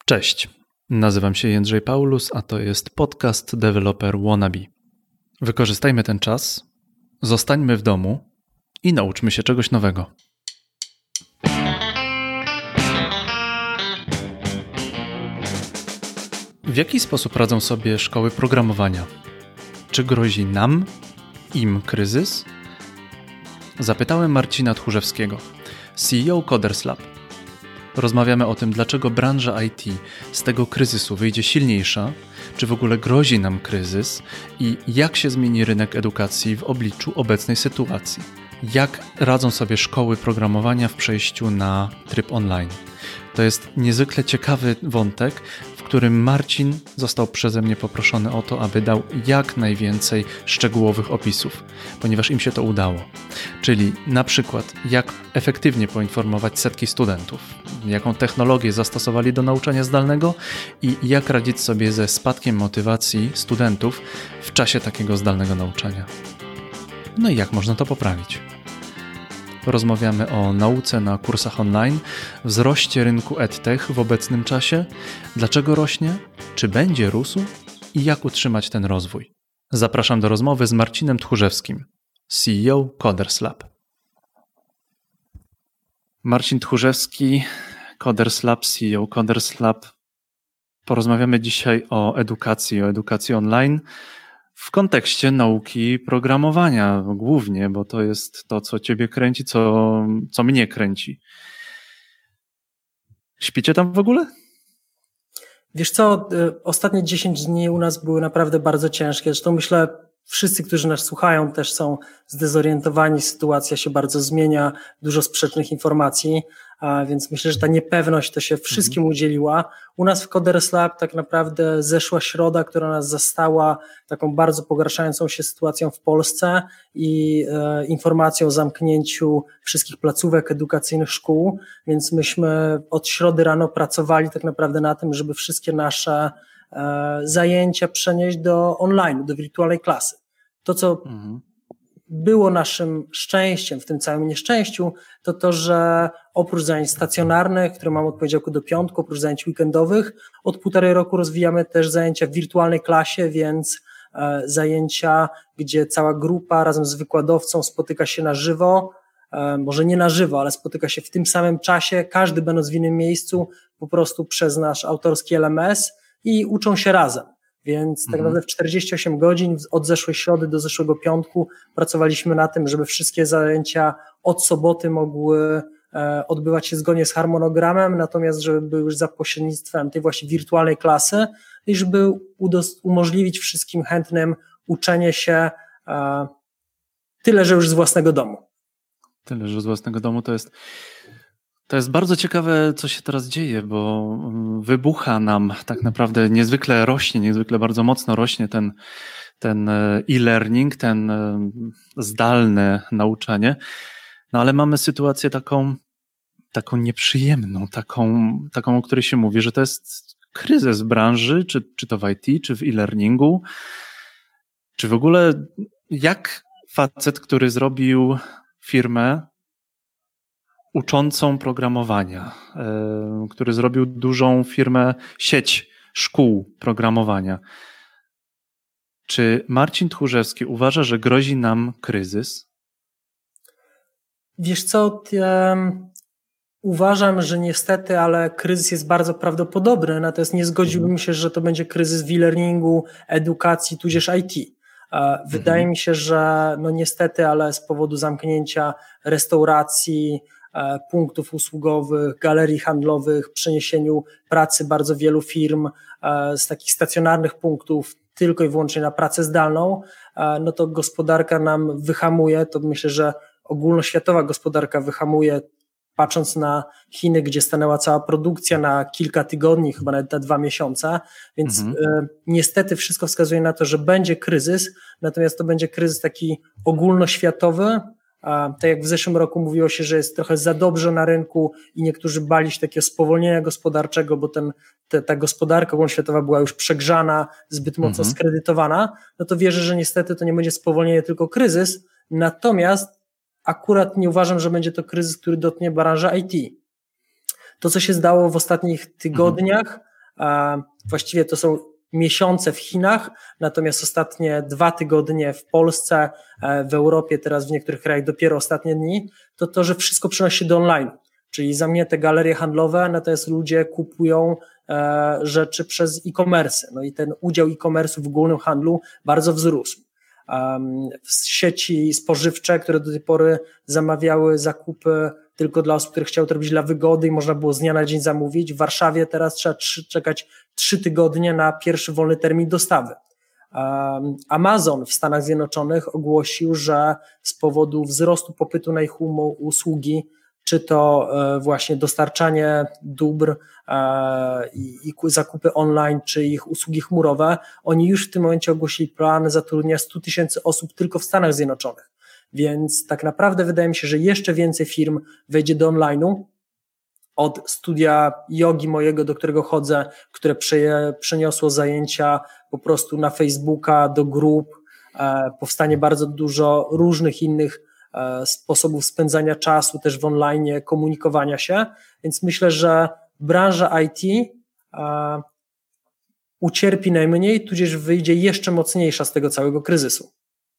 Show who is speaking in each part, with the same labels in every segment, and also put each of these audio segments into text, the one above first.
Speaker 1: Cześć, nazywam się Jędrzej Paulus, a to jest podcast Developer Wannabe. Wykorzystajmy ten czas, zostańmy w domu i nauczmy się czegoś nowego. W jaki sposób radzą sobie szkoły programowania? Czy grozi nam, im kryzys? Zapytałem Marcina Tchórzewskiego, CEO Coders Lab. Rozmawiamy o tym, dlaczego branża IT z tego kryzysu wyjdzie silniejsza, czy w ogóle grozi nam kryzys i jak się zmieni rynek edukacji w obliczu obecnej sytuacji. Jak radzą sobie szkoły programowania w przejściu na tryb online. To jest niezwykle ciekawy wątek, w którym Marcin został przeze mnie poproszony o to, aby dał jak najwięcej szczegółowych opisów, ponieważ im się to udało. Czyli na przykład jak efektywnie poinformować setki studentów, jaką technologię zastosowali do nauczania zdalnego i jak radzić sobie ze spadkiem motywacji studentów w czasie takiego zdalnego nauczania. No i jak można to poprawić. Rozmawiamy o nauce na kursach online, wzroście rynku EdTech w obecnym czasie, dlaczego rośnie, czy będzie rósł i jak utrzymać ten rozwój. Zapraszam do rozmowy z Marcinem Tchórzewskim, CEO Coders Lab. Marcin Tchórzewski, Coders Lab, CEO Coders Lab. Porozmawiamy dzisiaj o edukacji online w kontekście nauki głównie, bo to jest to, co ciebie kręci, co mnie kręci. Śpicie tam w ogóle?
Speaker 2: Wiesz co, ostatnie 10 dni u nas były naprawdę bardzo ciężkie. Zresztą myślę, wszyscy, którzy nas słuchają, też są zdezorientowani. Sytuacja się bardzo zmienia, dużo sprzecznych informacji, więc myślę, że ta niepewność to się wszystkim udzieliła. U nas w Coders Lab tak naprawdę zeszła środa, która nas zastała taką bardzo pogarszającą się sytuacją w Polsce i informacją o zamknięciu wszystkich placówek edukacyjnych szkół, więc myśmy od środy rano pracowali tak naprawdę na tym, żeby wszystkie nasze zajęcia przenieść do online, do wirtualnej klasy. To, co było naszym szczęściem w tym całym nieszczęściu, to, że oprócz zajęć stacjonarnych, które mamy od poniedziałku do piątku, oprócz zajęć weekendowych, od 1,5 roku rozwijamy też zajęcia w wirtualnej klasie, więc zajęcia, gdzie cała grupa razem z wykładowcą spotyka się na żywo, może nie na żywo, ale spotyka się w tym samym czasie, każdy będąc w innym miejscu, po prostu przez nasz autorski LMS i uczą się razem. Więc tak naprawdę w 48 godzin od zeszłej środy do zeszłego piątku pracowaliśmy na tym, żeby wszystkie zajęcia od soboty mogły odbywać się zgodnie z harmonogramem, natomiast żeby były już za pośrednictwem tej właśnie wirtualnej klasy i żeby umożliwić wszystkim chętnym uczenie się tyle, że już z własnego domu.
Speaker 1: Tyle, że z własnego domu to jest bardzo ciekawe, co się teraz dzieje, bo wybucha nam tak naprawdę niezwykle bardzo mocno rośnie ten e-learning, ten zdalne nauczanie, no ale mamy sytuację taką nieprzyjemną, taką, o której się mówi, że to jest kryzys w branży, czy to w IT, czy w e-learningu, czy w ogóle jak facet, który zrobił firmę uczącą programowania, który zrobił dużą firmę, sieć szkół programowania. Czy Marcin Tchórzewski uważa, że grozi nam kryzys?
Speaker 2: Wiesz co, uważam, że niestety, ale kryzys jest bardzo prawdopodobny, natomiast nie zgodziłbym się, że to będzie kryzys w e-learningu, edukacji, tudzież IT. Wydaje mi się, że no niestety, ale z powodu zamknięcia restauracji, punktów usługowych, galerii handlowych, przeniesieniu pracy bardzo wielu firm z takich stacjonarnych punktów tylko i wyłącznie na pracę zdalną, no to gospodarka nam wyhamuje. To myślę, że ogólnoświatowa gospodarka wyhamuje, patrząc na Chiny, gdzie stanęła cała produkcja na kilka tygodni, chyba nawet na 2 miesiące, więc niestety wszystko wskazuje na to, że będzie kryzys, natomiast to będzie kryzys taki ogólnoświatowy. Tak jak w zeszłym roku mówiło się, że jest trochę za dobrze na rynku i niektórzy bali się takiego spowolnienia gospodarczego, bo ta gospodarka ogólnoświatowa była już przegrzana, zbyt mocno skredytowana, no to wierzę, że niestety to nie będzie spowolnienie, tylko kryzys. Natomiast akurat nie uważam, że będzie to kryzys, który dotknie branżę IT. To, co się zdało w ostatnich tygodniach, Właściwie to są miesiące w Chinach, natomiast ostatnie 2 tygodnie w Polsce, w Europie, teraz w niektórych krajach dopiero ostatnie dni, to, że wszystko przenosi się do online, czyli zamknięte galerie handlowe, natomiast ludzie kupują rzeczy przez e-commerce. No i ten udział e-commerce'u w ogólnym handlu bardzo wzrósł. Sieci spożywcze, które do tej pory zamawiały zakupy tylko dla osób, które chciały to robić dla wygody i można było z dnia na dzień zamówić. W Warszawie teraz trzeba czekać 3 tygodnie na pierwszy wolny termin dostawy. Amazon w Stanach Zjednoczonych ogłosił, że z powodu wzrostu popytu na ich usługi, czy to właśnie dostarczanie dóbr i zakupy online, czy ich usługi chmurowe, oni już w tym momencie ogłosili plan zatrudnienia 100 000 osób tylko w Stanach Zjednoczonych. Więc tak naprawdę wydaje mi się, że jeszcze więcej firm wejdzie do online'u. Od studia jogi mojego, do którego chodzę, które przeniosło zajęcia po prostu na Facebooka, do grup, powstanie bardzo dużo różnych innych sposobów spędzania czasu też w online, komunikowania się, więc myślę, że branża IT ucierpi najmniej, tudzież wyjdzie jeszcze mocniejsza z tego całego kryzysu.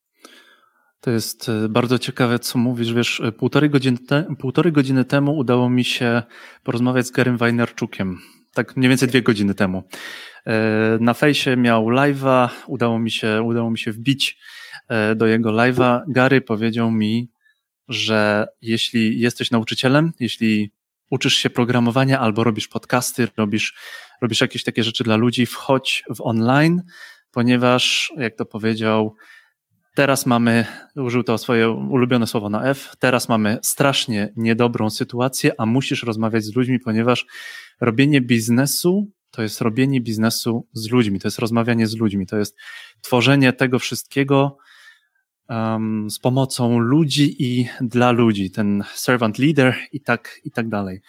Speaker 1: To jest bardzo ciekawe, co mówisz. Wiesz, półtorej godziny temu udało mi się porozmawiać z Garym Wajnerczukiem. Tak mniej więcej 2 godziny temu. Na fejsie miał live'a, udało mi się wbić do jego live'a. Gary powiedział mi, że jeśli jesteś nauczycielem, jeśli uczysz się programowania albo robisz podcasty, robisz jakieś takie rzeczy dla ludzi, wchodź w online, ponieważ, jak to powiedział, teraz mamy, użył to swoje ulubione słowo na F, teraz mamy strasznie niedobrą sytuację, a musisz rozmawiać z ludźmi, ponieważ robienie biznesu to jest robienie biznesu z ludźmi, to jest rozmawianie z ludźmi, to jest tworzenie tego wszystkiego z pomocą ludzi i dla ludzi, ten servant leader i tak dalej.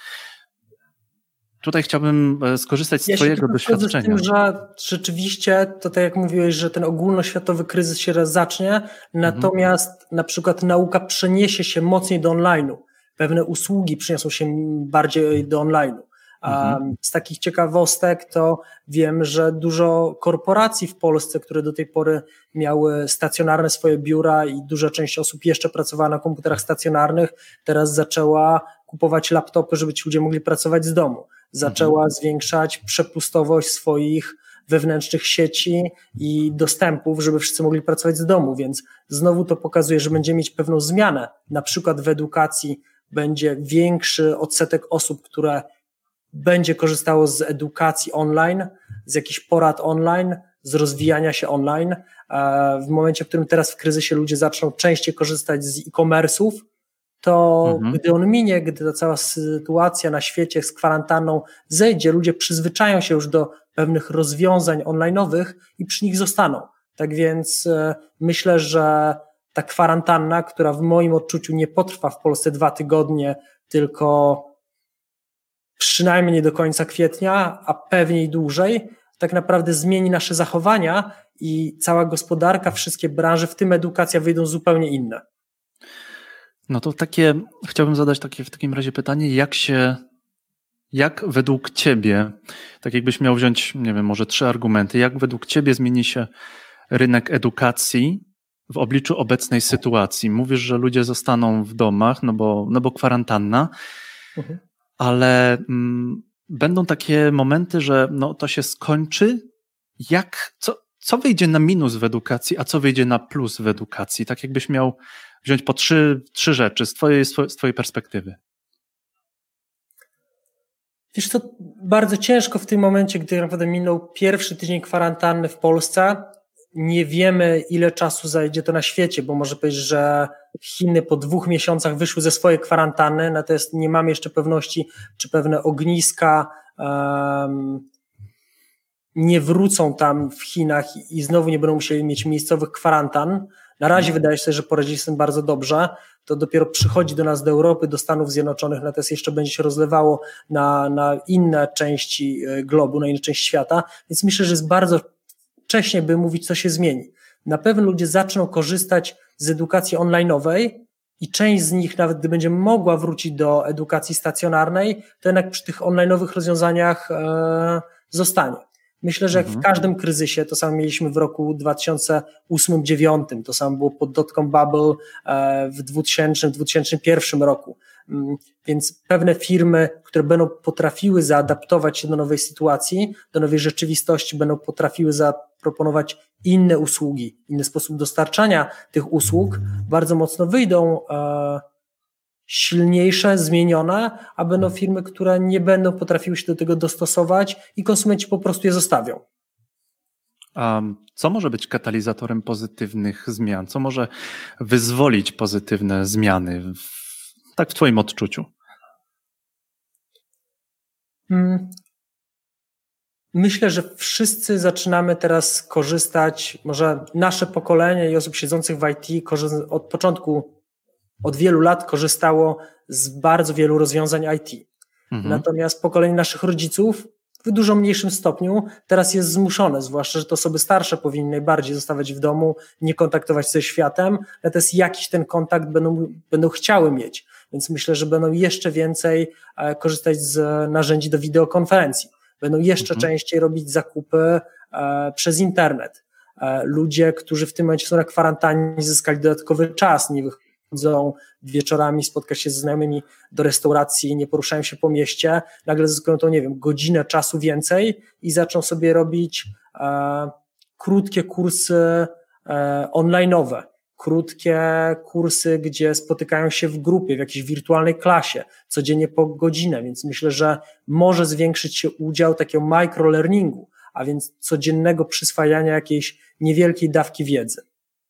Speaker 1: Tutaj chciałbym skorzystać z twojego doświadczenia.
Speaker 2: Z tym, że rzeczywiście, to tak jak mówiłeś, że ten ogólnoświatowy kryzys się raz zacznie, natomiast na przykład nauka przeniesie się mocniej do online'u. Pewne usługi przeniosą się bardziej do online'u. Z takich ciekawostek to wiem, że dużo korporacji w Polsce, które do tej pory miały stacjonarne swoje biura i duża część osób jeszcze pracowała na komputerach stacjonarnych, teraz zaczęła kupować laptopy, żeby ci ludzie mogli pracować z domu. Zaczęła zwiększać przepustowość swoich wewnętrznych sieci i dostępów, żeby wszyscy mogli pracować z domu, więc znowu to pokazuje, że będziemy mieć pewną zmianę. Na przykład w edukacji będzie większy odsetek osób, które będzie korzystało z edukacji online, z jakichś porad online, z rozwijania się online. W momencie, w którym teraz w kryzysie ludzie zaczną częściej korzystać z e-commerce'ów, to gdy on minie, gdy ta cała sytuacja na świecie z kwarantanną zejdzie, ludzie przyzwyczają się już do pewnych rozwiązań online'owych i przy nich zostaną. Tak więc myślę, że ta kwarantanna, która w moim odczuciu nie potrwa w Polsce 2 tygodnie, tylko przynajmniej do końca kwietnia, a pewnie i dłużej, tak naprawdę zmieni nasze zachowania i cała gospodarka, wszystkie branże, w tym edukacja, wyjdą zupełnie inne.
Speaker 1: No to chciałbym zadać takie w takim razie pytanie, jak według ciebie, tak jakbyś miał wziąć, nie wiem, może 3 argumenty, jak według ciebie zmieni się rynek edukacji w obliczu obecnej sytuacji? Mówisz, że ludzie zostaną w domach, no bo kwarantanna, ale będą takie momenty, że to się skończy. Co wyjdzie na minus w edukacji, a co wyjdzie na plus w edukacji? Tak jakbyś miał wziąć po 3 rzeczy z twojej perspektywy.
Speaker 2: Wiesz co, bardzo ciężko w tym momencie, gdy naprawdę minął pierwszy tydzień kwarantanny w Polsce. Nie wiemy, ile czasu zajdzie to na świecie, bo może powiedzieć, że Chiny po 2 miesiącach wyszły ze swojej kwarantanny, natomiast nie mamy jeszcze pewności, czy pewne ogniska nie wrócą tam w Chinach i znowu nie będą musieli mieć miejscowych kwarantan. Na razie wydaje się, że poradzili z tym bardzo dobrze. To dopiero przychodzi do nas, do Europy, do Stanów Zjednoczonych, natomiast jeszcze będzie się rozlewało na inne części globu, na inne części świata, więc myślę, że jest bardzo wcześnie, by mówić, co się zmieni. Na pewno ludzie zaczną korzystać z edukacji online'owej i część z nich, nawet gdy będzie mogła wrócić do edukacji stacjonarnej, to jednak przy tych online'owych rozwiązaniach zostanie. Myślę, że jak w każdym kryzysie, to samo mieliśmy w roku 2008-2009, to samo było pod dotcom bubble w 2000-2001 roku. Więc pewne firmy, które będą potrafiły zaadaptować się do nowej sytuacji, do nowej rzeczywistości, będą potrafiły zaproponować inne usługi, inny sposób dostarczania tych usług, bardzo mocno wyjdą silniejsze, zmienione, a będą firmy, które nie będą potrafiły się do tego dostosować i konsumenci po prostu je zostawią.
Speaker 1: A co może być katalizatorem pozytywnych zmian? Co może wyzwolić pozytywne zmiany, tak w twoim odczuciu?
Speaker 2: Myślę, że wszyscy zaczynamy teraz korzystać, może nasze pokolenie i osób siedzących w IT od początku, od wielu lat korzystało z bardzo wielu rozwiązań IT. Natomiast pokolenie naszych rodziców w dużo mniejszym stopniu teraz jest zmuszone, zwłaszcza, że to osoby starsze powinny najbardziej zostawać w domu, nie kontaktować się ze światem, natomiast jakiś ten kontakt będą chciały mieć. Więc myślę, że będą jeszcze więcej korzystać z narzędzi do wideokonferencji. Będą jeszcze częściej robić zakupy przez internet. Ludzie, którzy w tym momencie są na kwarantannie, zyskali dodatkowy czas, nie wychodzą wieczorami spotkać się ze znajomymi do restauracji, nie poruszają się po mieście, nagle zyskują to, nie wiem, godzinę czasu więcej i zaczną sobie robić krótkie kursy online'owe, krótkie kursy, gdzie spotykają się w grupie, w jakiejś wirtualnej klasie, codziennie po godzinę, więc myślę, że może zwiększyć się udział takiego microlearningu, a więc codziennego przyswajania jakiejś niewielkiej dawki wiedzy.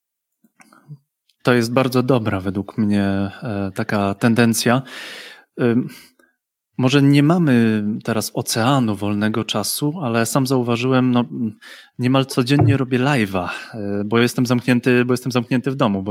Speaker 1: To jest bardzo dobra według mnie taka tendencja. Może nie mamy teraz oceanu wolnego czasu, ale sam zauważyłem, niemal codziennie robię live'a, bo jestem zamknięty w domu,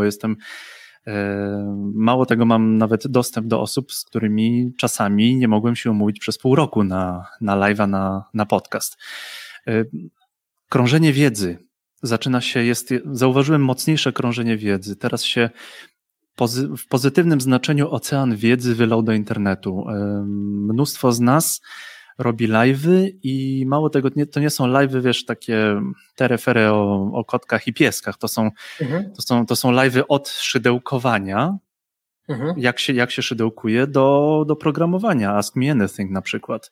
Speaker 1: mało tego, mam nawet dostęp do osób, z którymi czasami nie mogłem się umówić przez pół roku na live'a, na podcast. Krążenie wiedzy zaczyna się, zauważyłem mocniejsze krążenie wiedzy. Teraz się w pozytywnym znaczeniu ocean wiedzy wylał do internetu. Mnóstwo z nas robi live'y i mało tego, to nie są live'y, wiesz, takie terefery o kotkach i pieskach. To są live'y od szydełkowania, jak się szydełkuje, do programowania. Ask Me Anything na przykład.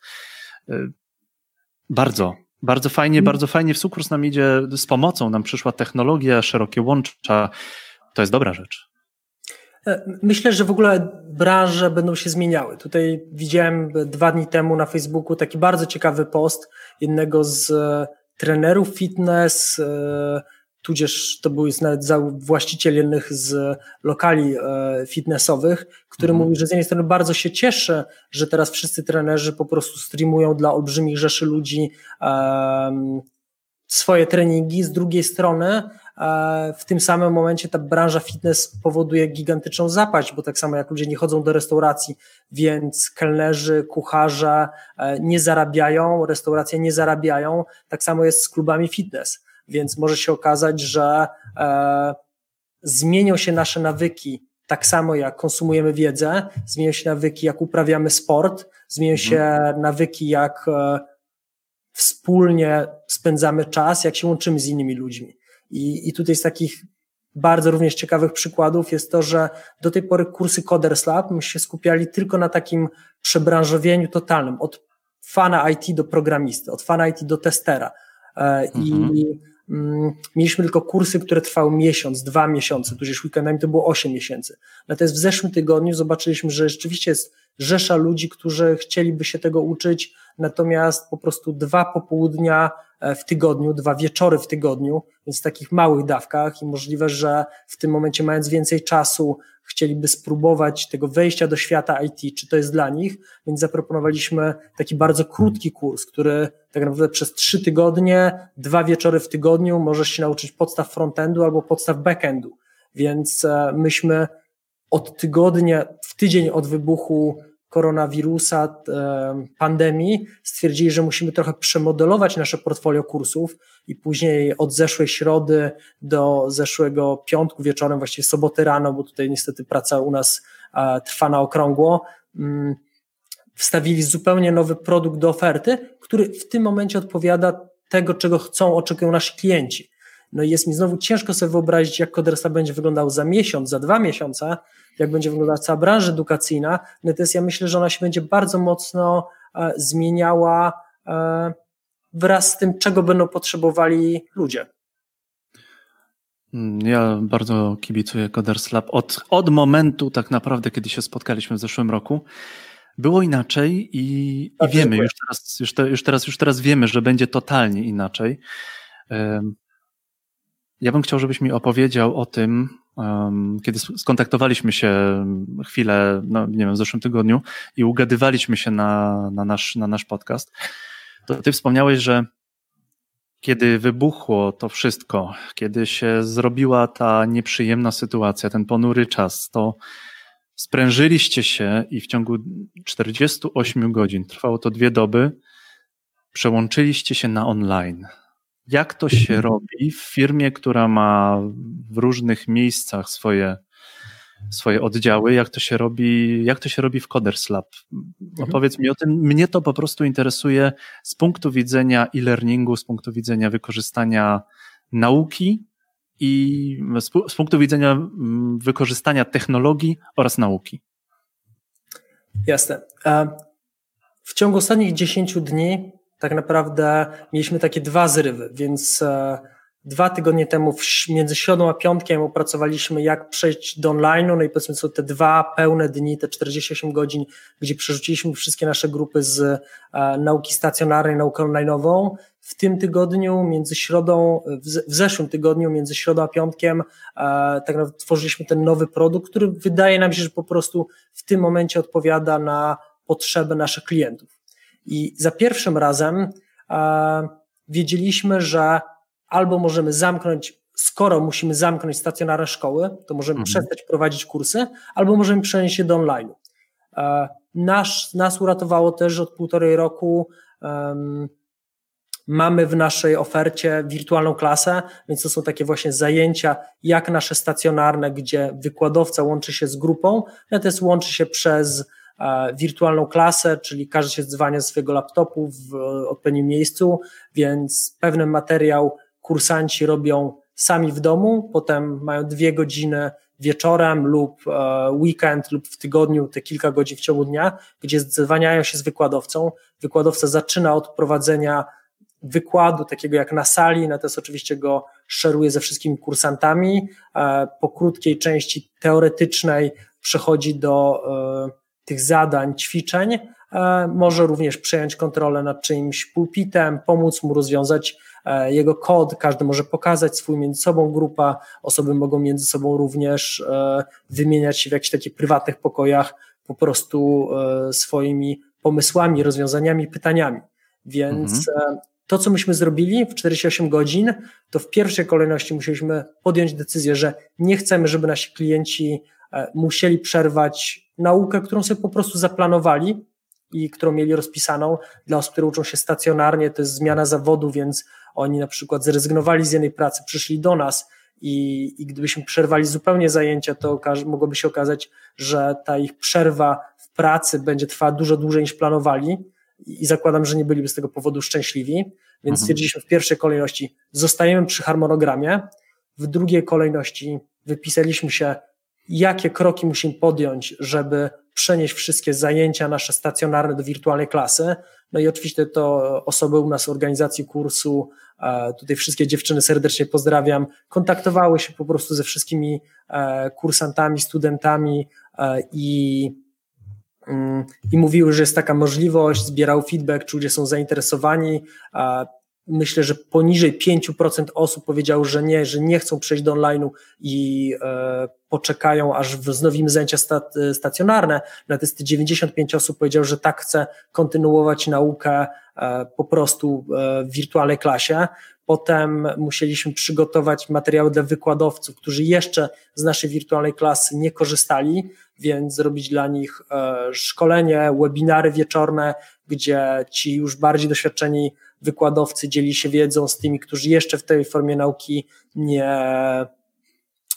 Speaker 1: Bardzo fajnie w sukurs nam idzie, z pomocą nam przyszła technologia, szerokie łącza. To jest dobra rzecz.
Speaker 2: Myślę, że w ogóle branże będą się zmieniały. Tutaj widziałem 2 dni temu na Facebooku taki bardzo ciekawy post jednego z trenerów fitness, tudzież to był nawet właściciel jednych z lokali fitnessowych, który mówi, że z jednej strony bardzo się cieszy, że teraz wszyscy trenerzy po prostu streamują dla olbrzymich rzeszy ludzi swoje treningi, z drugiej strony w tym samym momencie ta branża fitness powoduje gigantyczną zapaść, bo tak samo jak ludzie nie chodzą do restauracji, więc kelnerzy, kucharze nie zarabiają, restauracje nie zarabiają, tak samo jest z klubami fitness, więc może się okazać, że zmienią się nasze nawyki tak samo jak konsumujemy wiedzę, zmienią się nawyki jak uprawiamy sport, zmienią się nawyki jak wspólnie spędzamy czas, jak się łączymy z innymi ludźmi. I tutaj z takich bardzo również ciekawych przykładów jest to, że do tej pory kursy Coders Lab my się skupiali tylko na takim przebranżowieniu totalnym, od fana IT do programisty, od fana IT do testera. Mieliśmy tylko kursy, które trwały miesiąc, 2 miesiące, tudzież weekendami to było 8 miesięcy. Natomiast w zeszłym tygodniu zobaczyliśmy, że rzeczywiście jest rzesza ludzi, którzy chcieliby się tego uczyć, natomiast po prostu 2 popołudnia w tygodniu, 2 wieczory w tygodniu, więc w takich małych dawkach i możliwe, że w tym momencie mając więcej czasu chcieliby spróbować tego wejścia do świata IT, czy to jest dla nich, więc zaproponowaliśmy taki bardzo krótki kurs, który tak naprawdę przez 3 tygodnie, 2 wieczory w tygodniu możesz się nauczyć podstaw frontendu albo podstaw backendu, więc myśmy od tygodnia, w tydzień od wybuchu koronawirusa, pandemii, stwierdzili, że musimy trochę przemodelować nasze portfolio kursów i później od zeszłej środy do zeszłego piątku wieczorem, właściwie soboty rano, bo tutaj niestety praca u nas trwa na okrągło, wstawili zupełnie nowy produkt do oferty, który w tym momencie odpowiada tego, czego oczekują nasi klienci. No i jest mi znowu ciężko sobie wyobrazić, jak Coderslab będzie wyglądał za miesiąc, za 2 miesiące, jak będzie wyglądała cała branża edukacyjna. Natomiast ja myślę, że ona się będzie bardzo mocno zmieniała wraz z tym, czego będą potrzebowali ludzie.
Speaker 1: Ja bardzo kibicuję Coderslab. Od momentu tak naprawdę, kiedy się spotkaliśmy w zeszłym roku, było inaczej i wiemy, już teraz wiemy, że będzie totalnie inaczej. Ja bym chciał, żebyś mi opowiedział o tym, kiedy skontaktowaliśmy się chwilę, nie wiem, w zeszłym tygodniu i ugadywaliśmy się na nasz podcast, to ty wspomniałeś, że kiedy wybuchło to wszystko, kiedy się zrobiła ta nieprzyjemna sytuacja, ten ponury czas, to sprężyliście się i w ciągu 48 godzin, trwało to 2 doby, przełączyliście się na online. Jak to się robi w firmie, która ma w różnych miejscach swoje oddziały? Jak to się robi w Coderslab? Opowiedz mi o tym. Mnie to po prostu interesuje z punktu widzenia e-learningu, z punktu widzenia wykorzystania nauki i z punktu widzenia wykorzystania technologii oraz nauki.
Speaker 2: Jasne. W ciągu ostatnich 10 dni tak naprawdę mieliśmy takie 2 zrywy, więc 2 tygodnie temu między środą a piątkiem opracowaliśmy, jak przejść do online'u, no i powiedzmy są te 2 pełne dni, te 48 godzin, gdzie przerzuciliśmy wszystkie nasze grupy z nauki stacjonarnej, naukę online'ową. W tym tygodniu, w zeszłym tygodniu, między środą a piątkiem, tak naprawdę tworzyliśmy ten nowy produkt, który wydaje nam się, że po prostu w tym momencie odpowiada na potrzeby naszych klientów. I za pierwszym razem wiedzieliśmy, że albo możemy skoro musimy zamknąć stacjonarne szkoły, to możemy przestać prowadzić kursy, albo możemy przenieść się do online'u. Nas uratowało też, że od 1,5 roku mamy w naszej ofercie wirtualną klasę, więc to są takie właśnie zajęcia jak nasze stacjonarne, gdzie wykładowca łączy się z grupą, natomiast łączy się przez wirtualną klasę, czyli każdy się dzwania ze swojego laptopu w odpowiednim miejscu, więc pewien materiał kursanci robią sami w domu, potem mają 2 godziny wieczorem lub weekend lub w tygodniu, te kilka godzin w ciągu dnia, gdzie dzwaniają się z wykładowcą. Wykładowca zaczyna od prowadzenia wykładu, takiego jak na sali, natomiast oczywiście go szeruje ze wszystkimi kursantami. Po krótkiej części teoretycznej przechodzi do tych zadań, ćwiczeń, może również przejąć kontrolę nad czyimś pulpitem, pomóc mu rozwiązać jego kod, każdy może pokazać swój między sobą grupa, osoby mogą między sobą również wymieniać się w jakichś takich prywatnych pokojach po prostu swoimi pomysłami, rozwiązaniami, pytaniami. Więc to, co myśmy zrobili w 48 godzin, to w pierwszej kolejności musieliśmy podjąć decyzję, że nie chcemy, żeby nasi klienci musieli przerwać naukę, którą sobie po prostu zaplanowali i którą mieli rozpisaną. Dla osób, które uczą się stacjonarnie, to jest zmiana zawodu, więc oni na przykład zrezygnowali z jednej pracy, przyszli do nas i gdybyśmy przerwali zupełnie zajęcia, to mogłoby się okazać, że ta ich przerwa w pracy będzie trwała dużo dłużej niż planowali i zakładam, że nie byliby z tego powodu szczęśliwi, więc stwierdziliśmy w pierwszej kolejności zostajemy przy harmonogramie, w drugiej kolejności wypisaliśmy się, jakie kroki musimy podjąć, żeby przenieść wszystkie zajęcia nasze stacjonarne do wirtualnej klasy. No i oczywiście to osoby u nas w organizacji kursu, tutaj wszystkie dziewczyny serdecznie pozdrawiam, kontaktowały się po prostu ze wszystkimi kursantami, studentami i mówiły, że jest taka możliwość, zbierał feedback, czy ludzie są zainteresowani. Myślę, że poniżej 5% osób powiedziało, że nie chcą przejść do online'u i poczekają, aż wznowimy zajęcia stacjonarne. Natomiast 95 osób powiedziało, że tak chce kontynuować naukę po prostu w wirtualnej klasie. Potem musieliśmy przygotować materiały dla wykładowców, którzy jeszcze z naszej wirtualnej klasy nie korzystali, więc zrobić dla nich szkolenie, webinary wieczorne, gdzie ci już bardziej doświadczeni wykładowcy dzieli się wiedzą z tymi, którzy jeszcze w tej formie nauki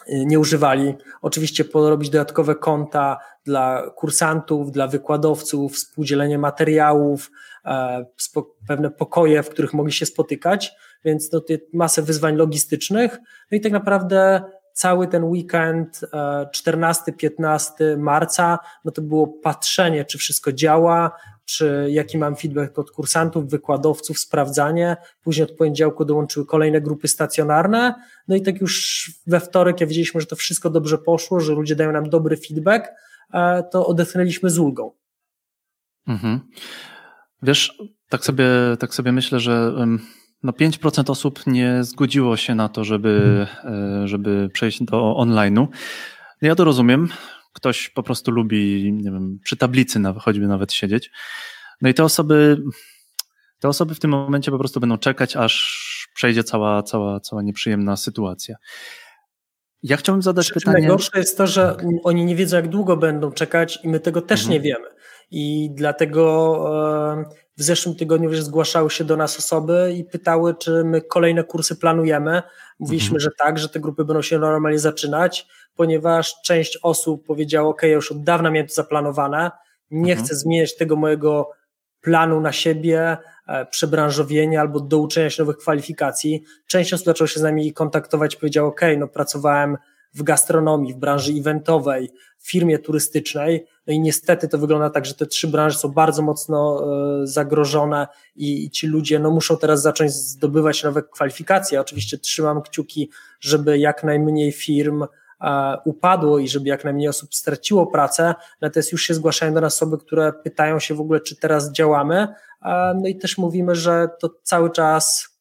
Speaker 2: nie używali. Oczywiście porobić dodatkowe konta dla kursantów, dla wykładowców, współdzielenie materiałów, pewne pokoje, w których mogli się spotykać, więc to masę wyzwań logistycznych. No i tak naprawdę cały ten weekend 14-15 marca, no to było patrzenie, czy wszystko działa, czy jaki mam feedback od kursantów, wykładowców, sprawdzanie. Później od poniedziałku dołączyły kolejne grupy stacjonarne. No i tak już we wtorek, jak widzieliśmy, że to wszystko dobrze poszło, że ludzie dają nam dobry feedback, to odetchnęliśmy z ulgą.
Speaker 1: Mhm. Wiesz, tak sobie myślę, że 5% osób nie zgodziło się na to, żeby przejść do online'u. Ja to rozumiem. Ktoś po prostu lubi, nie wiem, przy tablicy choćby nawet siedzieć. No i te osoby w tym momencie po prostu będą czekać, aż przejdzie cała nieprzyjemna sytuacja. Ja chciałbym zadać pytanie.
Speaker 2: Najgorsze jest to, że oni nie wiedzą, jak długo będą czekać i my tego też nie wiemy. I dlatego w zeszłym tygodniu zgłaszały się do nas osoby i pytały, czy my kolejne kursy planujemy. Mówiliśmy, że tak, że te grupy będą się normalnie zaczynać, ponieważ część osób powiedziała, ja już od dawna miałem to zaplanowane, nie chcę zmieniać tego mojego planu na siebie, przebranżowienia albo douczenia się nowych kwalifikacji. Część osób zaczęła się z nami kontaktować, powiedziała, pracowałem w gastronomii, w branży eventowej, w firmie turystycznej, no i niestety to wygląda tak, że te 3 branże są bardzo mocno zagrożone i ci ludzie muszą teraz zacząć zdobywać nowe kwalifikacje. Oczywiście trzymam kciuki, żeby jak najmniej firm upadło i żeby jak najmniej osób straciło pracę, natomiast już się zgłaszają do nas osoby, które pytają się w ogóle, czy teraz działamy, no i też mówimy, że to cały czas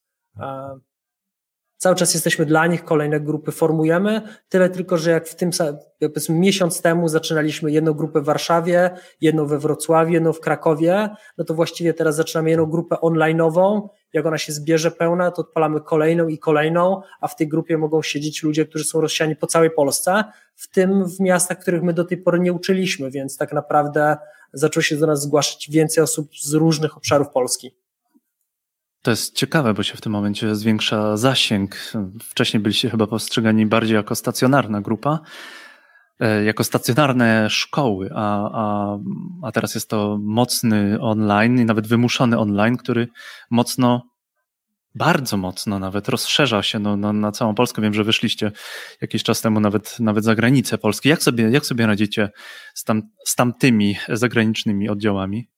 Speaker 2: jesteśmy dla nich, kolejne grupy formujemy, tyle tylko, że jak w tym, powiedzmy, miesiąc temu zaczynaliśmy jedną grupę w Warszawie, jedną we Wrocławiu, jedną w Krakowie, no to właściwie teraz zaczynamy jedną grupę online'ową, jak ona się zbierze pełna, to odpalamy kolejną i kolejną, a w tej grupie mogą siedzieć ludzie, którzy są rozsiani po całej Polsce, w tym w miastach, których my do tej pory nie uczyliśmy, więc tak naprawdę zaczęło się do nas zgłaszać więcej osób z różnych obszarów Polski.
Speaker 1: To jest ciekawe, bo się w tym momencie zwiększa zasięg. Wcześniej byliście chyba postrzegani bardziej jako stacjonarna grupa, jako stacjonarne szkoły, a teraz jest to mocny online i nawet wymuszony online, który bardzo mocno nawet rozszerza się na całą Polskę. Wiem, że wyszliście jakiś czas temu nawet za granicę Polski. Jak sobie radzicie z tamtymi zagranicznymi oddziałami?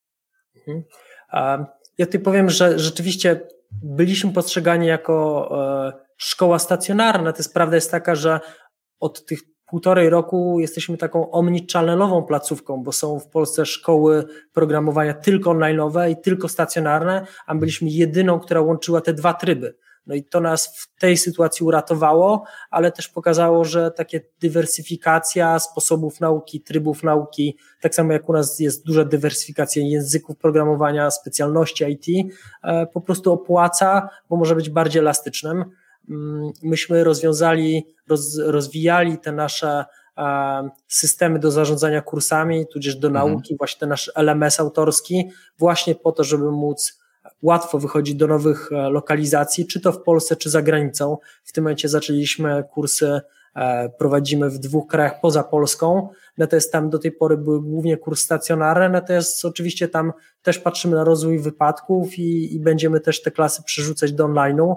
Speaker 2: Ja tutaj powiem, że rzeczywiście byliśmy postrzegani jako szkoła stacjonarna. To jest prawda jest taka, że od tych 1,5 roku jesteśmy taką omnichannelową placówką, bo są w Polsce szkoły programowania tylko online'owe i tylko stacjonarne, a byliśmy jedyną, która łączyła te 2 tryby. No i to nas w tej sytuacji uratowało, ale też pokazało, że takie dywersyfikacja sposobów nauki, trybów nauki, tak samo jak u nas jest duża dywersyfikacja języków programowania, specjalności IT, po prostu opłaca, bo może być bardziej elastycznym. Myśmy rozwijali te nasze systemy do zarządzania kursami, tudzież do nauki, właśnie ten nasz LMS autorski, właśnie po to, żeby móc łatwo wychodzić do nowych lokalizacji, czy to w Polsce, czy za granicą. W tym momencie zaczęliśmy kursy, prowadzimy w 2 krajach poza Polską, natomiast tam do tej pory były głównie kursy stacjonarne, natomiast oczywiście tam też patrzymy na rozwój wypadków i będziemy też te klasy przerzucać do online'u.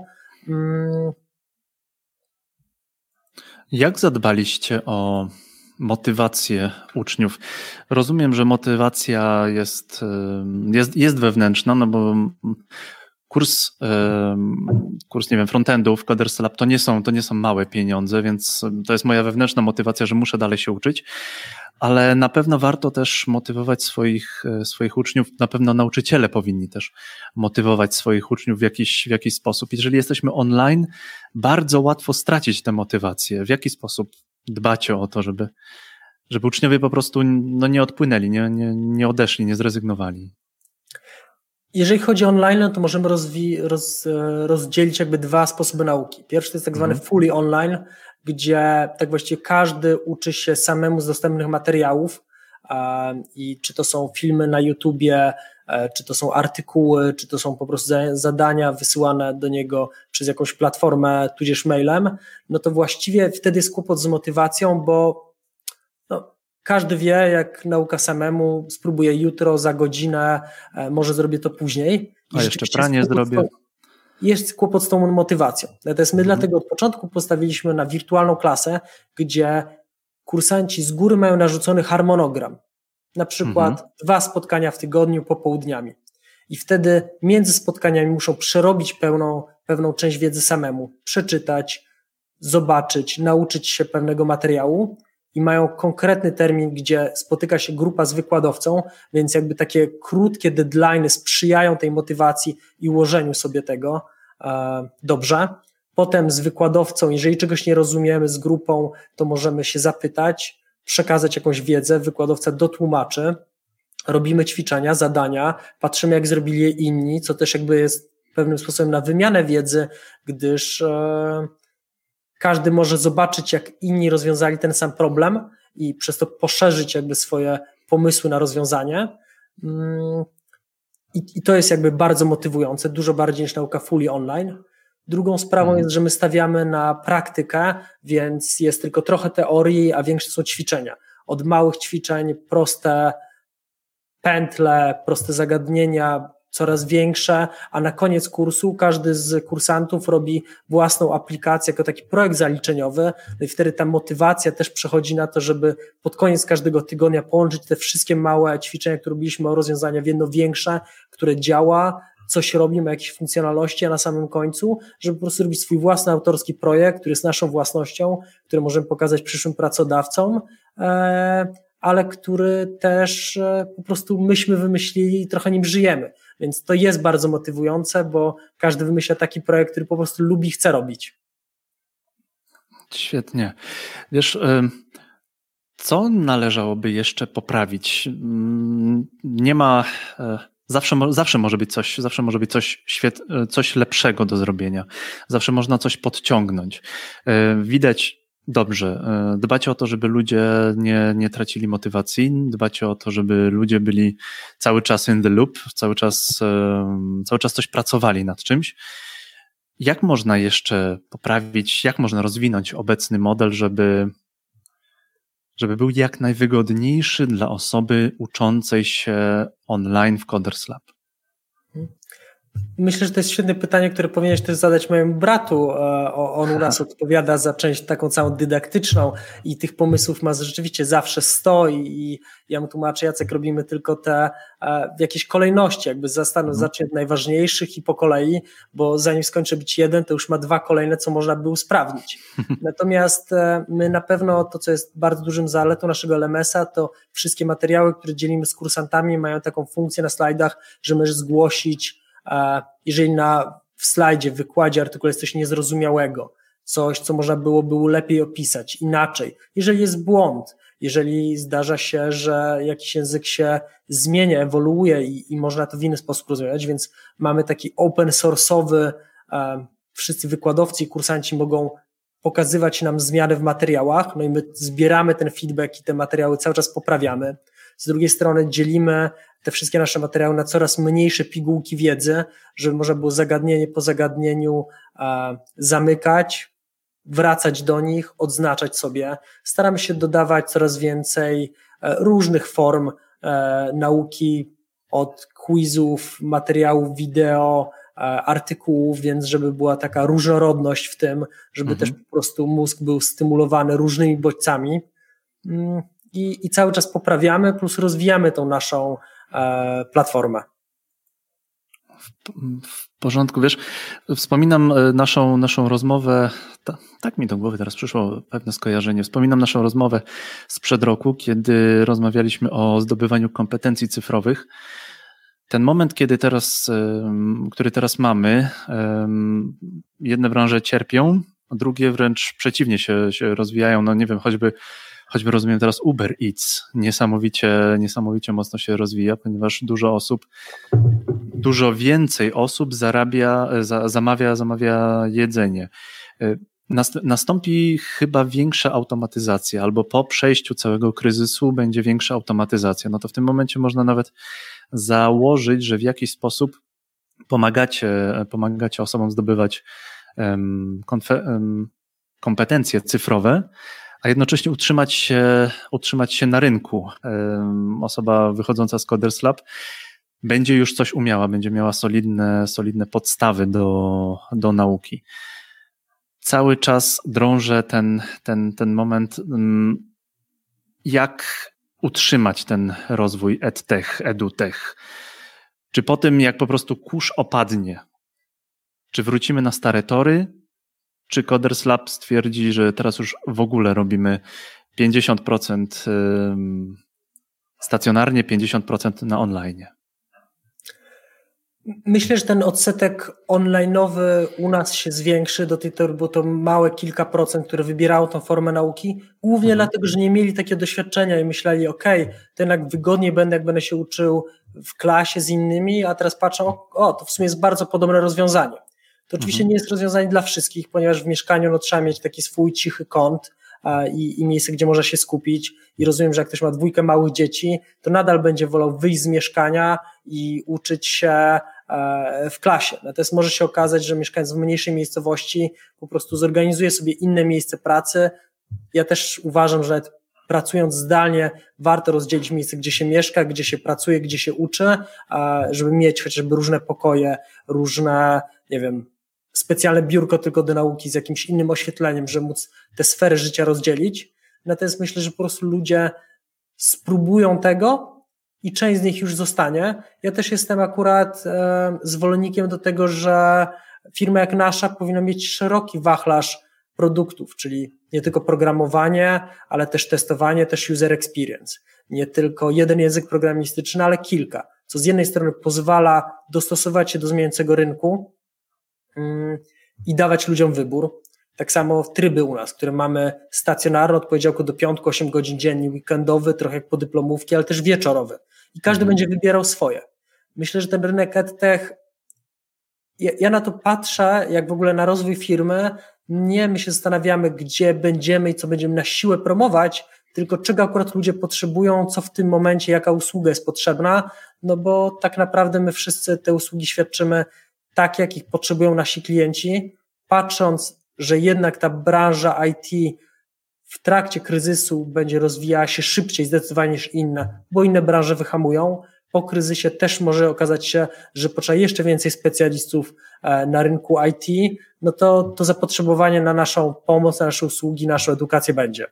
Speaker 1: Jak zadbaliście o motywację uczniów? Rozumiem, że motywacja jest wewnętrzna, no bo kurs, nie wiem, frontendów, Coders Lab to nie są małe pieniądze, więc to jest moja wewnętrzna motywacja, że muszę dalej się uczyć, ale na pewno warto też motywować swoich uczniów, na pewno nauczyciele powinni też motywować swoich uczniów w jakiś sposób. Jeżeli jesteśmy online, bardzo łatwo stracić tę motywację. W jaki sposób dbacie o to, żeby uczniowie po prostu nie odpłynęli, nie odeszli, nie zrezygnowali?
Speaker 2: Jeżeli chodzi o online, to możemy rozdzielić jakby 2 sposoby nauki. Pierwszy to jest tak zwany fully online, gdzie tak właściwie każdy uczy się samemu z dostępnych materiałów i czy to są filmy na YouTubie, czy to są artykuły, czy to są po prostu zadania wysyłane do niego przez jakąś platformę, tudzież mailem, no to właściwie wtedy jest kłopot z motywacją, bo każdy wie, jak nauka samemu, spróbuję jutro, za godzinę, może zrobię to później.
Speaker 1: A jeszcze pranie zrobię.
Speaker 2: Jest kłopot z tą motywacją. Natomiast my dlatego od początku postawiliśmy na wirtualną klasę, gdzie kursanci z góry mają narzucony harmonogram. Na przykład 2 spotkania w tygodniu popołudniami. I wtedy między spotkaniami muszą przerobić pewną część wiedzy samemu, przeczytać, zobaczyć, nauczyć się pewnego materiału i mają konkretny termin, gdzie spotyka się grupa z wykładowcą, więc jakby takie krótkie deadline'y sprzyjają tej motywacji i ułożeniu sobie tego dobrze. Potem z wykładowcą, jeżeli czegoś nie rozumiemy z grupą, to możemy się zapytać, przekazać jakąś wiedzę, wykładowca dotłumaczy, robimy ćwiczenia, zadania, patrzymy jak zrobili je inni, co też jakby jest pewnym sposobem na wymianę wiedzy, gdyż każdy może zobaczyć jak inni rozwiązali ten sam problem i przez to poszerzyć jakby swoje pomysły na rozwiązanie. I to jest jakby bardzo motywujące, dużo bardziej niż nauka fully online. Drugą sprawą jest, że my stawiamy na praktykę, więc jest tylko trochę teorii, a większe są ćwiczenia. Od małych ćwiczeń, proste pętle, proste zagadnienia, coraz większe, a na koniec kursu każdy z kursantów robi własną aplikację jako taki projekt zaliczeniowy, no i wtedy ta motywacja też przechodzi na to, żeby pod koniec każdego tygodnia połączyć te wszystkie małe ćwiczenia, które robiliśmy, o rozwiązania w jedno większe, które działa, coś robi, ma jakieś funkcjonalności, a na samym końcu, żeby po prostu robić swój własny autorski projekt, który jest naszą własnością, który możemy pokazać przyszłym pracodawcom, ale który też po prostu myśmy wymyślili i trochę nim żyjemy. Więc to jest bardzo motywujące, bo każdy wymyśla taki projekt, który po prostu lubi i chce robić.
Speaker 1: Świetnie. Wiesz, co należałoby jeszcze poprawić? Nie ma... Zawsze może być coś lepszego do zrobienia. Zawsze można coś podciągnąć. Widać dobrze. Dbacie o to, żeby ludzie nie tracili motywacji. Dbacie o to, żeby ludzie byli cały czas in the loop, cały czas coś pracowali nad czymś. Jak można jeszcze poprawić, jak można rozwinąć obecny model, żeby był jak najwygodniejszy dla osoby uczącej się online w Coders Lab?
Speaker 2: Myślę, że to jest świetne pytanie, które powinieneś też zadać mojemu bratu. On u nas odpowiada za część taką całą dydaktyczną i tych pomysłów ma rzeczywiście zawsze 100 i ja mu tłumaczę, Jacek, robimy tylko te w jakiejś kolejności, jakby zacznie od najważniejszych i po kolei, bo zanim skończy być jeden, to już ma 2 kolejne, co można by usprawnić. Natomiast my na pewno to, co jest bardzo dużym zaletą naszego LMS-a, to wszystkie materiały, które dzielimy z kursantami, mają taką funkcję na slajdach, że możesz zgłosić, jeżeli w slajdzie, w wykładzie, artykule jest coś niezrozumiałego, coś, co można byłoby lepiej opisać, inaczej. Jeżeli jest błąd, jeżeli zdarza się, że jakiś język się zmienia, ewoluuje i można to w inny sposób rozwiązać, więc mamy taki open source'owy, wszyscy wykładowcy i kursanci mogą pokazywać nam zmiany w materiałach, no i my zbieramy ten feedback i te materiały cały czas poprawiamy. Z drugiej strony dzielimy te wszystkie nasze materiały na coraz mniejsze pigułki wiedzy, żeby można było zagadnienie po zagadnieniu zamykać, wracać do nich, odznaczać sobie. Staramy się dodawać coraz więcej różnych form nauki, od quizów, materiałów wideo, artykułów, więc żeby była taka różnorodność w tym, żeby też po prostu mózg był stymulowany różnymi bodźcami i cały czas poprawiamy, plus rozwijamy tą naszą platformę.
Speaker 1: W porządku, wiesz, wspominam naszą rozmowę, tak mi do głowy teraz przyszło pewne skojarzenie, wspominam naszą rozmowę sprzed roku, kiedy rozmawialiśmy o zdobywaniu kompetencji cyfrowych. Ten moment, który teraz mamy, jedne branże cierpią, a drugie wręcz przeciwnie się rozwijają, no nie wiem, choćby rozumiem teraz Uber Eats niesamowicie mocno się rozwija, ponieważ dużo więcej osób zamawia jedzenie. Nastąpi chyba większa automatyzacja, albo po przejściu całego kryzysu będzie większa automatyzacja. No to w tym momencie można nawet założyć, że w jakiś sposób pomagacie osobom zdobywać kompetencje cyfrowe, a jednocześnie utrzymać się na rynku. Osoba wychodząca z Coders Lab będzie już coś umiała, będzie miała solidne podstawy do nauki. Cały czas drążę ten moment, jak utrzymać ten rozwój edtech, edutech. Czy po tym, jak po prostu kurz opadnie, czy wrócimy na stare tory, czy Coders Lab stwierdzi, że teraz już w ogóle robimy 50% stacjonarnie, 50% na online?
Speaker 2: Myślę, że ten odsetek online'owy u nas się zwiększy do tej tory, bo to małe kilka procent, które wybierało tą formę nauki, głównie dlatego, że nie mieli takiego doświadczenia i myśleli, to jednak wygodniej będę, jak będę się uczył w klasie z innymi, a teraz patrzą, to w sumie jest bardzo podobne rozwiązanie. To oczywiście nie jest rozwiązanie dla wszystkich, ponieważ w mieszkaniu trzeba mieć taki swój cichy kąt i miejsce, gdzie można się skupić. I rozumiem, że jak ktoś ma 2 małych dzieci, to nadal będzie wolał wyjść z mieszkania i uczyć się w klasie. Natomiast może się okazać, że mieszkając w mniejszej miejscowości po prostu zorganizuje sobie inne miejsce pracy. Ja też uważam, że pracując zdalnie warto rozdzielić miejsce, gdzie się mieszka, gdzie się pracuje, gdzie się uczy, żeby mieć chociażby różne pokoje, różne, specjalne biurko tylko do nauki z jakimś innym oświetleniem, żeby móc te sfery życia rozdzielić. Natomiast myślę, że po prostu ludzie spróbują tego i część z nich już zostanie. Ja też jestem akurat zwolennikiem do tego, że firma jak nasza powinna mieć szeroki wachlarz produktów, czyli nie tylko programowanie, ale też testowanie, też user experience. Nie tylko jeden język programistyczny, ale kilka, co z jednej strony pozwala dostosować się do zmieniającego rynku i dawać ludziom wybór. Tak samo w tryby u nas, które mamy stacjonarny od poniedziałku do piątku, 8 godzin dziennie, weekendowy, trochę jak podyplomówki, ale też wieczorowy. I każdy będzie wybierał swoje. Myślę, że ten rynek edtech, ja na to patrzę, jak w ogóle na rozwój firmy, nie my się zastanawiamy, gdzie będziemy i co będziemy na siłę promować, tylko czego akurat ludzie potrzebują, co w tym momencie, jaka usługa jest potrzebna, no bo tak naprawdę my wszyscy te usługi świadczymy tak, jak ich potrzebują nasi klienci, patrząc, że jednak ta branża IT w trakcie kryzysu będzie rozwijała się szybciej zdecydowanie niż inne, bo inne branże wyhamują. Po kryzysie też może okazać się, że potrzeba jeszcze więcej specjalistów na rynku IT, no to zapotrzebowanie na naszą pomoc, na nasze usługi, naszą edukację będzie.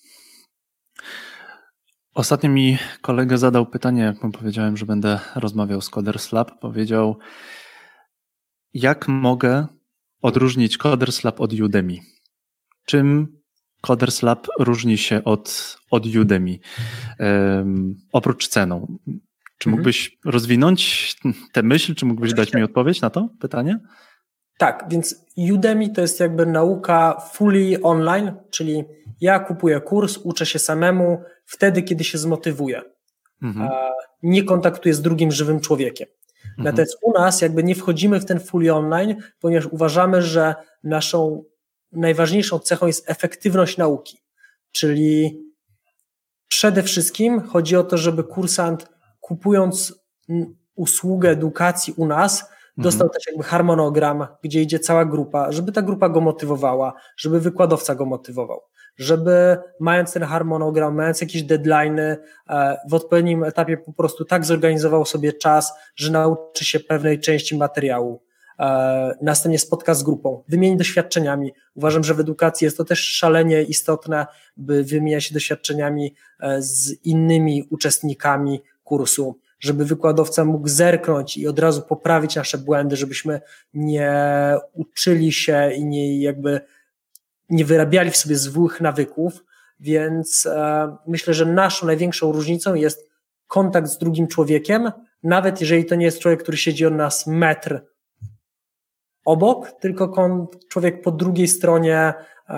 Speaker 1: Ostatnio mi kolega zadał pytanie, jak mu powiedziałem, że będę rozmawiał z Coders Lab, powiedział, jak mogę odróżnić Coders Lab od Udemy? Czym Coders Lab różni się od Udemy? Oprócz ceną. Czy mógłbyś rozwinąć tę myśl, czy mógłbyś dać mi odpowiedź na to pytanie?
Speaker 2: Tak, więc Udemy to jest jakby nauka fully online, czyli ja kupuję kurs, uczę się samemu wtedy, kiedy się zmotywuję. Nie kontaktuję z drugim żywym człowiekiem. Natomiast u nas jakby nie wchodzimy w ten fully online, ponieważ uważamy, że naszą najważniejszą cechą jest efektywność nauki. Czyli przede wszystkim chodzi o to, żeby kursant kupując usługę edukacji u nas, dostał też jakby harmonogram, gdzie idzie cała grupa, żeby ta grupa go motywowała, żeby wykładowca go motywował, żeby mając ten harmonogram, mając jakieś deadline'y, w odpowiednim etapie po prostu tak zorganizował sobie czas, że nauczy się pewnej części materiału. Następnie spotka z grupą, wymieni doświadczeniami. Uważam, że w edukacji jest to też szalenie istotne, by wymieniać się doświadczeniami z innymi uczestnikami kursu, żeby wykładowca mógł zerknąć i od razu poprawić nasze błędy, żebyśmy nie uczyli się i nie wyrabiali w sobie złych nawyków, więc myślę, że naszą największą różnicą jest kontakt z drugim człowiekiem, nawet jeżeli to nie jest człowiek, który siedzi od nas metr obok, tylko człowiek po drugiej stronie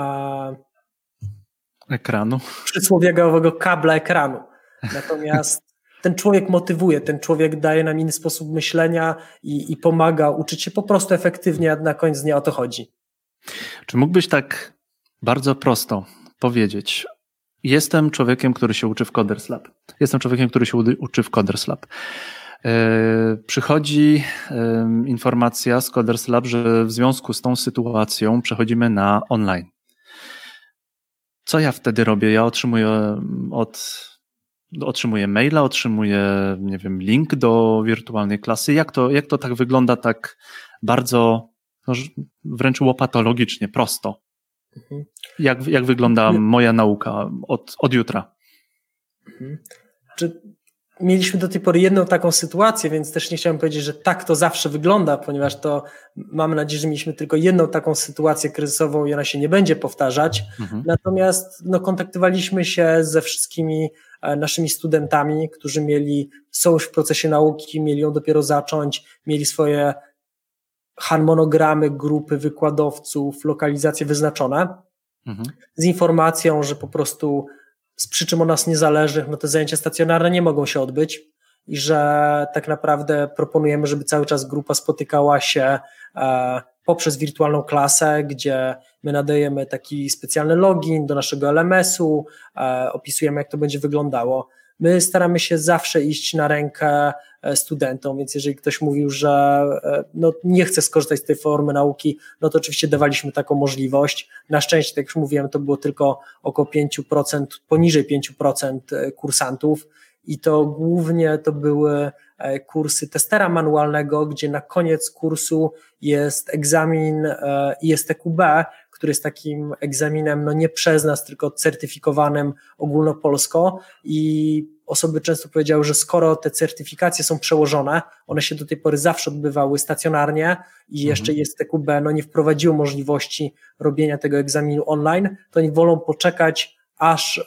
Speaker 1: ekranu,
Speaker 2: przysłowiowego kabla ekranu. Natomiast ten człowiek motywuje, ten człowiek daje nam inny sposób myślenia i pomaga uczyć się po prostu efektywnie, a na koniec dnia o to chodzi.
Speaker 1: Czy mógłbyś tak bardzo prosto powiedzieć, jestem człowiekiem, który się uczy w Coders Lab. Jestem człowiekiem, który się uczy w Coders Lab. Przychodzi informacja z Coders Lab, że w związku z tą sytuacją przechodzimy na online. Co ja wtedy robię? Ja otrzymuję maila, otrzymuję, nie wiem, link do wirtualnej klasy. Jak to tak wygląda tak bardzo, no, wręcz łopatologicznie, prosto? Jak wygląda moja nauka od jutra?
Speaker 2: Mieliśmy do tej pory jedną taką sytuację, więc też nie chciałem powiedzieć, że tak to zawsze wygląda, ponieważ to mamy nadzieję, że mieliśmy tylko jedną taką sytuację kryzysową i ona się nie będzie powtarzać. Natomiast kontaktowaliśmy się ze wszystkimi naszymi studentami, którzy są już w procesie nauki, mieli ją dopiero zacząć, mieli swoje harmonogramy, grupy wykładowców, lokalizacje wyznaczone z informacją, że po prostu z przyczyn od nas niezależnych, te zajęcia stacjonarne nie mogą się odbyć i że tak naprawdę proponujemy, żeby cały czas grupa spotykała się poprzez wirtualną klasę, gdzie my nadajemy taki specjalny login do naszego LMS-u, opisujemy, jak to będzie wyglądało. My staramy się zawsze iść na rękę studentom, więc jeżeli ktoś mówił, że nie chce skorzystać z tej formy nauki, to oczywiście dawaliśmy taką możliwość. Na szczęście, tak jak już mówiłem, to było tylko około 5%, poniżej 5% kursantów i to głównie to były kursy testera manualnego, gdzie na koniec kursu jest egzamin ISTQB, który jest takim egzaminem nie przez nas, tylko certyfikowanym ogólnopolsko i osoby często powiedziały, że skoro te certyfikacje są przełożone, one się do tej pory zawsze odbywały stacjonarnie i jeszcze ISTQB nie wprowadziło możliwości robienia tego egzaminu online, to oni wolą poczekać, aż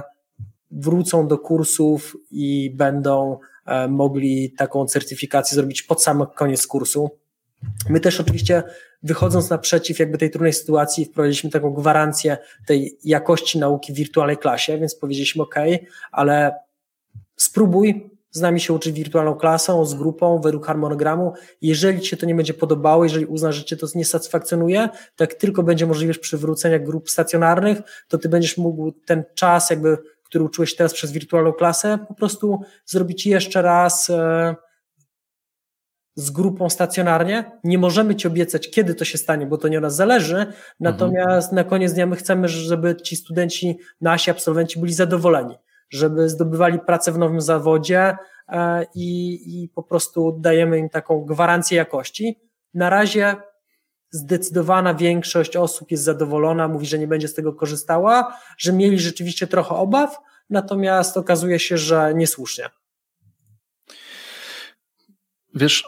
Speaker 2: wrócą do kursów i będą mogli taką certyfikację zrobić pod sam koniec kursu. My też oczywiście wychodząc naprzeciw tej trudnej sytuacji wprowadziliśmy taką gwarancję tej jakości nauki w wirtualnej klasie, więc powiedzieliśmy ale spróbuj z nami się uczyć wirtualną klasą, z grupą, według harmonogramu. Jeżeli Ci się to nie będzie podobało, jeżeli uznasz, że Cię to nie satysfakcjonuje, to jak tylko będzie możliwość przywrócenia grup stacjonarnych, to Ty będziesz mógł ten czas który uczyłeś teraz przez wirtualną klasę, po prostu zrobić jeszcze raz z grupą stacjonarnie. Nie możemy Ci obiecać, kiedy to się stanie, bo to nie od nas zależy, natomiast na koniec dnia my chcemy, żeby ci studenci, nasi absolwenci byli zadowoleni, żeby zdobywali pracę w nowym zawodzie i po prostu dajemy im taką gwarancję jakości. Na razie zdecydowana większość osób jest zadowolona, mówi, że nie będzie z tego korzystała, że mieli rzeczywiście trochę obaw, natomiast okazuje się, że niesłusznie.
Speaker 1: Wiesz,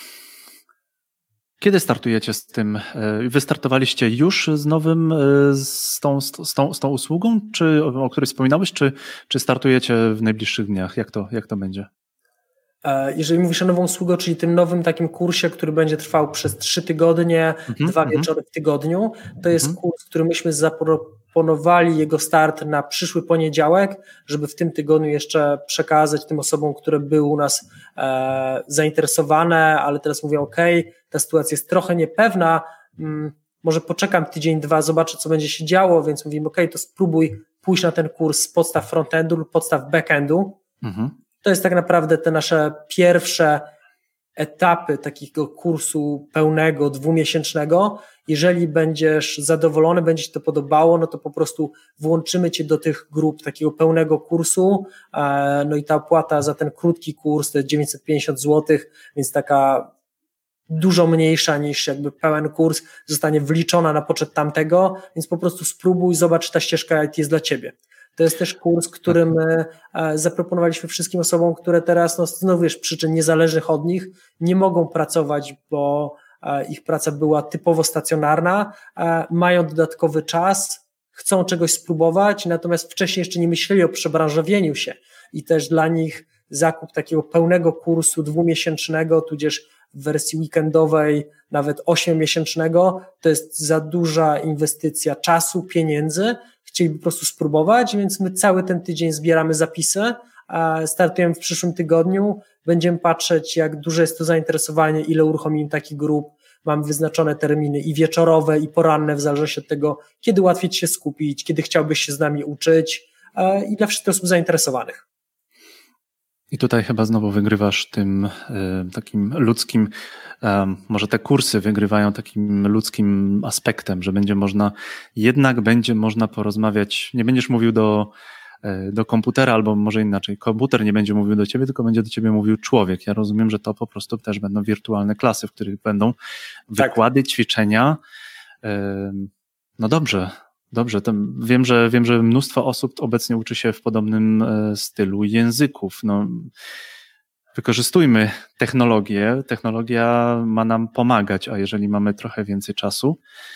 Speaker 1: kiedy startujecie z tym? Wy startowaliście już z nowym, z tą usługą, o której wspominałeś, czy startujecie w najbliższych dniach? Jak to będzie?
Speaker 2: Jeżeli mówisz o nową usługę, czyli tym nowym takim kursie, który będzie trwał przez 3 tygodnie, 2 wieczory w tygodniu, to jest kurs, który myśmy zaproponowali jego start na przyszły poniedziałek, żeby w tym tygodniu jeszcze przekazać tym osobom, które były u nas zainteresowane, ale teraz mówią ta sytuacja jest trochę niepewna, może poczekam tydzień, 2, zobaczę, co będzie się działo, więc mówimy to spróbuj pójść na ten kurs z podstaw frontendu lub podstaw backendu. To jest tak naprawdę te nasze pierwsze etapy takiego kursu pełnego, 2-miesięcznego. Jeżeli będziesz zadowolony, będzie Ci to podobało, to po prostu włączymy Cię do tych grup takiego pełnego kursu. I ta opłata za ten krótki kurs to jest 950 zł, więc taka dużo mniejsza niż pełen kurs zostanie wliczona na poczet tamtego, więc po prostu spróbuj, zobacz, czy ta ścieżka IT jest dla Ciebie. To jest też kurs, który my zaproponowaliśmy wszystkim osobom, które teraz, znowu z przyczyn niezależnych od nich, nie mogą pracować, bo ich praca była typowo stacjonarna, mają dodatkowy czas, chcą czegoś spróbować, natomiast wcześniej jeszcze nie myśleli o przebranżowieniu się i też dla nich zakup takiego pełnego kursu 2-miesięcznego, tudzież w wersji weekendowej nawet 8-miesięcznego, to jest za duża inwestycja czasu, pieniędzy, chcieli po prostu spróbować, więc my cały ten tydzień zbieramy zapisy, startujemy w przyszłym tygodniu, będziemy patrzeć, jak duże jest to zainteresowanie, ile uruchomimy takich grup, mamy wyznaczone terminy i wieczorowe, i poranne, w zależności od tego, kiedy łatwiej Ci się skupić, kiedy chciałbyś się z nami uczyć i dla wszystkich osób zainteresowanych.
Speaker 1: I tutaj chyba znowu wygrywasz tym takim ludzkim, może te kursy wygrywają takim ludzkim aspektem, że jednak będzie można porozmawiać, nie będziesz mówił do komputera, albo może inaczej, komputer nie będzie mówił do ciebie, tylko będzie do ciebie mówił człowiek. Ja rozumiem, że to po prostu też będą wirtualne klasy, w których będą wykłady, ćwiczenia. No dobrze, to wiem, że mnóstwo osób obecnie uczy się w podobnym stylu języków. No, wykorzystujmy technologię. Technologia ma nam pomagać, a jeżeli mamy trochę więcej czasu,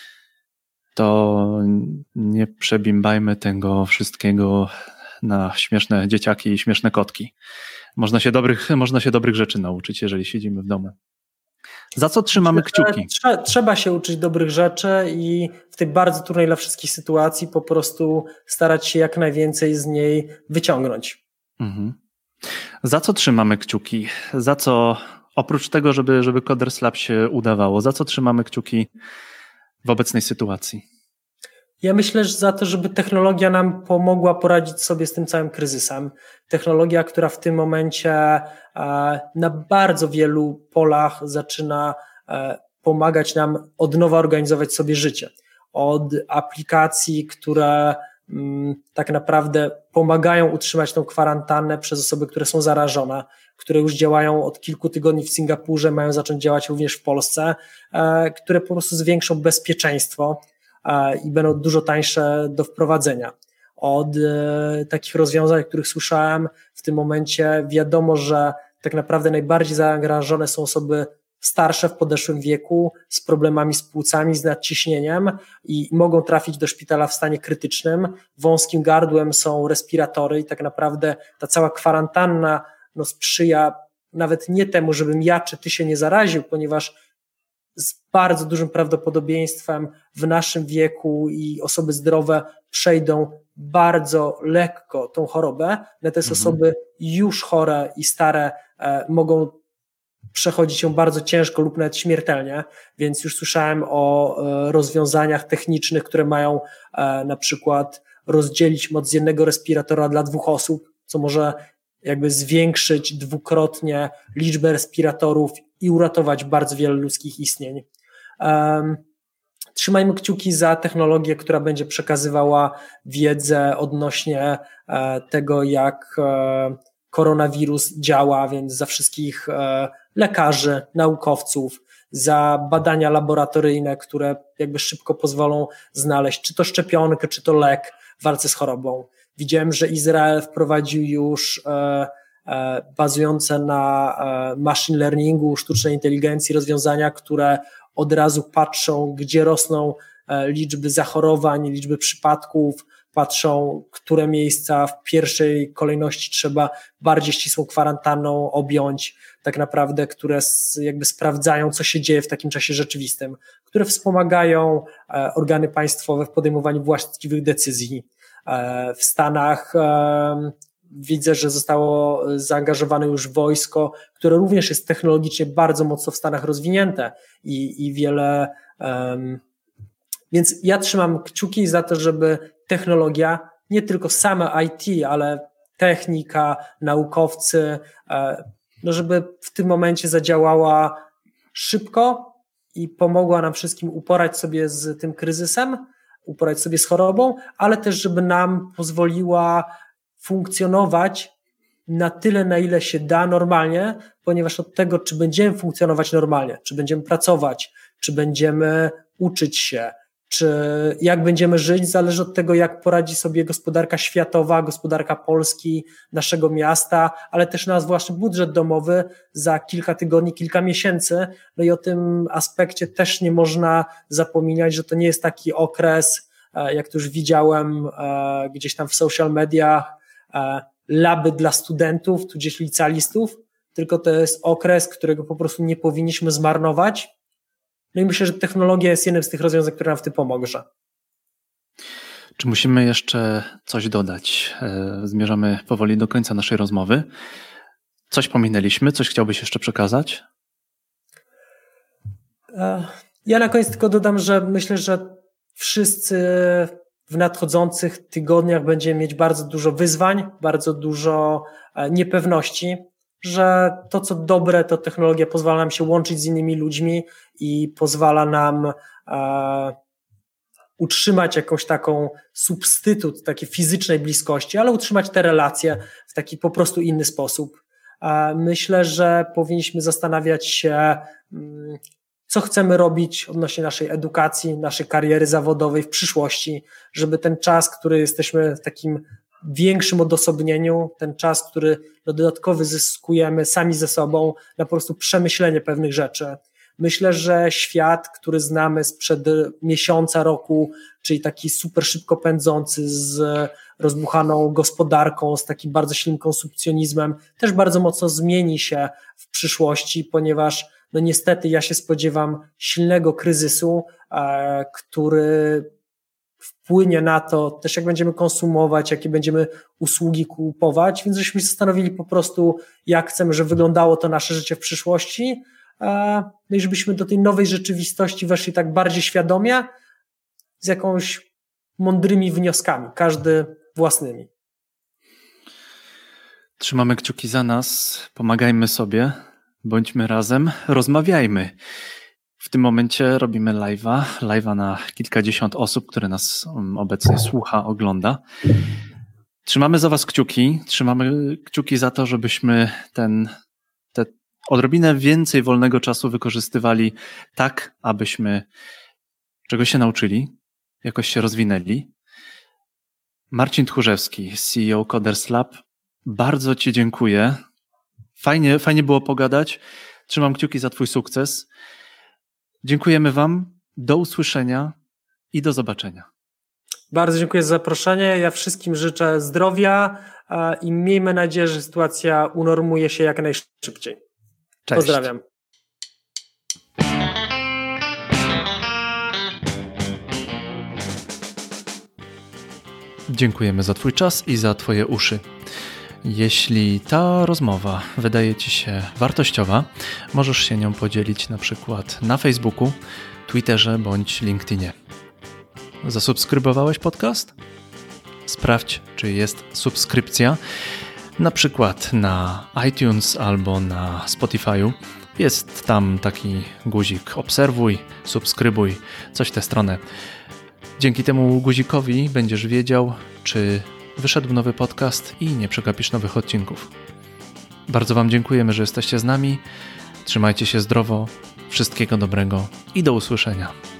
Speaker 1: to nie przebimbajmy tego wszystkiego na śmieszne dzieciaki i śmieszne kotki. Można się dobrych rzeczy nauczyć, jeżeli siedzimy w domu. Za co trzymamy kciuki?
Speaker 2: Trzeba się uczyć dobrych rzeczy i w tej bardzo trudnej dla wszystkich sytuacji po prostu starać się jak najwięcej z niej wyciągnąć.
Speaker 1: Mhm. Za co trzymamy kciuki? Za co, oprócz tego, żeby Coders Lab się udawało, za co trzymamy kciuki w obecnej sytuacji?
Speaker 2: Ja myślę, że za to, żeby technologia nam pomogła poradzić sobie z tym całym kryzysem. Technologia, która w tym momencie na bardzo wielu polach zaczyna pomagać nam od nowa organizować sobie życie. Od aplikacji, które tak naprawdę pomagają utrzymać tą kwarantannę przez osoby, które są zarażone, które już działają od kilku tygodni w Singapurze, mają zacząć działać również w Polsce, które po prostu zwiększą bezpieczeństwo i będą dużo tańsze do wprowadzenia. Od takich rozwiązań, o których słyszałem, w tym momencie wiadomo, że tak naprawdę najbardziej zaangażowane są osoby starsze w podeszłym wieku z problemami z płucami, z nadciśnieniem i mogą trafić do szpitala w stanie krytycznym. Wąskim gardłem są respiratory i tak naprawdę ta cała kwarantanna sprzyja nawet nie temu, żebym ja czy ty się nie zaraził, ponieważ z bardzo dużym prawdopodobieństwem w naszym wieku i osoby zdrowe przejdą bardzo lekko tą chorobę, natomiast osoby już chore i stare mogą przechodzić ją bardzo ciężko lub nawet śmiertelnie, więc już słyszałem o rozwiązaniach technicznych, które mają na przykład rozdzielić moc z jednego respiratora dla 2 osób, co może jakby zwiększyć dwukrotnie liczbę respiratorów i uratować bardzo wiele ludzkich istnień. Trzymajmy kciuki za technologię, która będzie przekazywała wiedzę odnośnie tego, jak koronawirus działa, więc za wszystkich lekarzy, naukowców, za badania laboratoryjne, które jakby szybko pozwolą znaleźć czy to szczepionkę, czy to lek w walce z chorobą. Widziałem, że Izrael wprowadził już bazujące na machine learningu, sztucznej inteligencji rozwiązania, które od razu patrzą, gdzie rosną liczby zachorowań, liczby przypadków, patrzą, które miejsca w pierwszej kolejności trzeba bardziej ścisłą kwarantanną objąć, tak naprawdę, które jakby sprawdzają, co się dzieje w takim czasie rzeczywistym, które wspomagają organy państwowe w podejmowaniu właściwych decyzji. W Stanach widzę, że zostało zaangażowane już wojsko, które również jest technologicznie bardzo mocno w Stanach rozwinięte i wiele. Więc ja trzymam kciuki za to, żeby technologia, nie tylko same IT, ale technika, naukowcy, żeby w tym momencie zadziałała szybko i pomogła nam wszystkim uporać sobie z tym kryzysem, uporać sobie z chorobą, ale też żeby nam pozwoliła funkcjonować na tyle, na ile się da normalnie, ponieważ od tego, czy będziemy funkcjonować normalnie, czy będziemy pracować, czy będziemy uczyć się, czy jak będziemy żyć, zależy od tego, jak poradzi sobie gospodarka światowa, gospodarka Polski, naszego miasta, ale też nasz własny budżet domowy za kilka tygodni, kilka miesięcy. No i o tym aspekcie też nie można zapominać, że to nie jest taki okres, jak to już widziałem gdzieś tam w social mediach, laby dla studentów, tudzież licealistów, tylko to jest okres, którego po prostu nie powinniśmy zmarnować. No i myślę, że technologia jest jednym z tych rozwiązań, które nam w tym pomoże.
Speaker 1: Czy musimy jeszcze coś dodać? Zmierzamy powoli do końca naszej rozmowy. Coś pominęliśmy? Coś chciałbyś jeszcze przekazać?
Speaker 2: Ja na koniec tylko dodam, że myślę, że wszyscy w nadchodzących tygodniach będziemy mieć bardzo dużo wyzwań, bardzo dużo niepewności, że to, co dobre, to technologia pozwala nam się łączyć z innymi ludźmi i pozwala nam utrzymać jakąś taką substytut takiej fizycznej bliskości, ale utrzymać te relacje w taki po prostu inny sposób. Myślę, że powinniśmy zastanawiać się, co chcemy robić odnośnie naszej edukacji, naszej kariery zawodowej w przyszłości, żeby ten czas, który jesteśmy w takim większym odosobnieniu, ten czas, który dodatkowy zyskujemy sami ze sobą, na po prostu przemyślenie pewnych rzeczy. Myślę, że świat, który znamy sprzed miesiąca, roku, czyli taki super szybko pędzący z rozbuchaną gospodarką, z takim bardzo silnym konsumpcjonizmem, też bardzo mocno zmieni się w przyszłości, ponieważ no niestety ja się spodziewam silnego kryzysu, który wpłynie na to też, jak będziemy konsumować, jakie będziemy usługi kupować, więc żeśmy się zastanowili po prostu, jak chcemy, żeby wyglądało to nasze życie w przyszłości, no i żebyśmy do tej nowej rzeczywistości weszli tak bardziej świadomie, z jakąś mądrymi wnioskami, każdy własnymi.
Speaker 1: Trzymamy kciuki za nas, pomagajmy sobie, bądźmy razem, rozmawiajmy. W tym momencie robimy live'a na kilkadziesiąt osób, które nas obecnie słucha, ogląda. Trzymamy za was kciuki, trzymamy kciuki za to, żebyśmy te odrobinę więcej wolnego czasu wykorzystywali tak, abyśmy czegoś się nauczyli, jakoś się rozwinęli. Marcin Tchórzewski, CEO Coders Lab, bardzo ci dziękuję. Fajnie było pogadać. Trzymam kciuki za twój sukces. Dziękujemy wam. Do usłyszenia i do zobaczenia.
Speaker 2: Bardzo dziękuję za zaproszenie. Ja wszystkim życzę zdrowia i miejmy nadzieję, że sytuacja unormuje się jak najszybciej.
Speaker 1: Cześć.
Speaker 2: Pozdrawiam.
Speaker 1: Dziękujemy za twój czas i za twoje uszy. Jeśli ta rozmowa wydaje ci się wartościowa, możesz się nią podzielić na przykład na Facebooku, Twitterze bądź LinkedInie. Zasubskrybowałeś podcast? Sprawdź, czy jest subskrypcja, na przykład na iTunes albo na Spotify'u. Jest tam taki guzik obserwuj, subskrybuj, coś w tę stronę. Dzięki temu guzikowi będziesz wiedział, czy wyszedł nowy podcast i nie przegapisz nowych odcinków. Bardzo wam dziękujemy, że jesteście z nami. Trzymajcie się zdrowo, wszystkiego dobrego i do usłyszenia.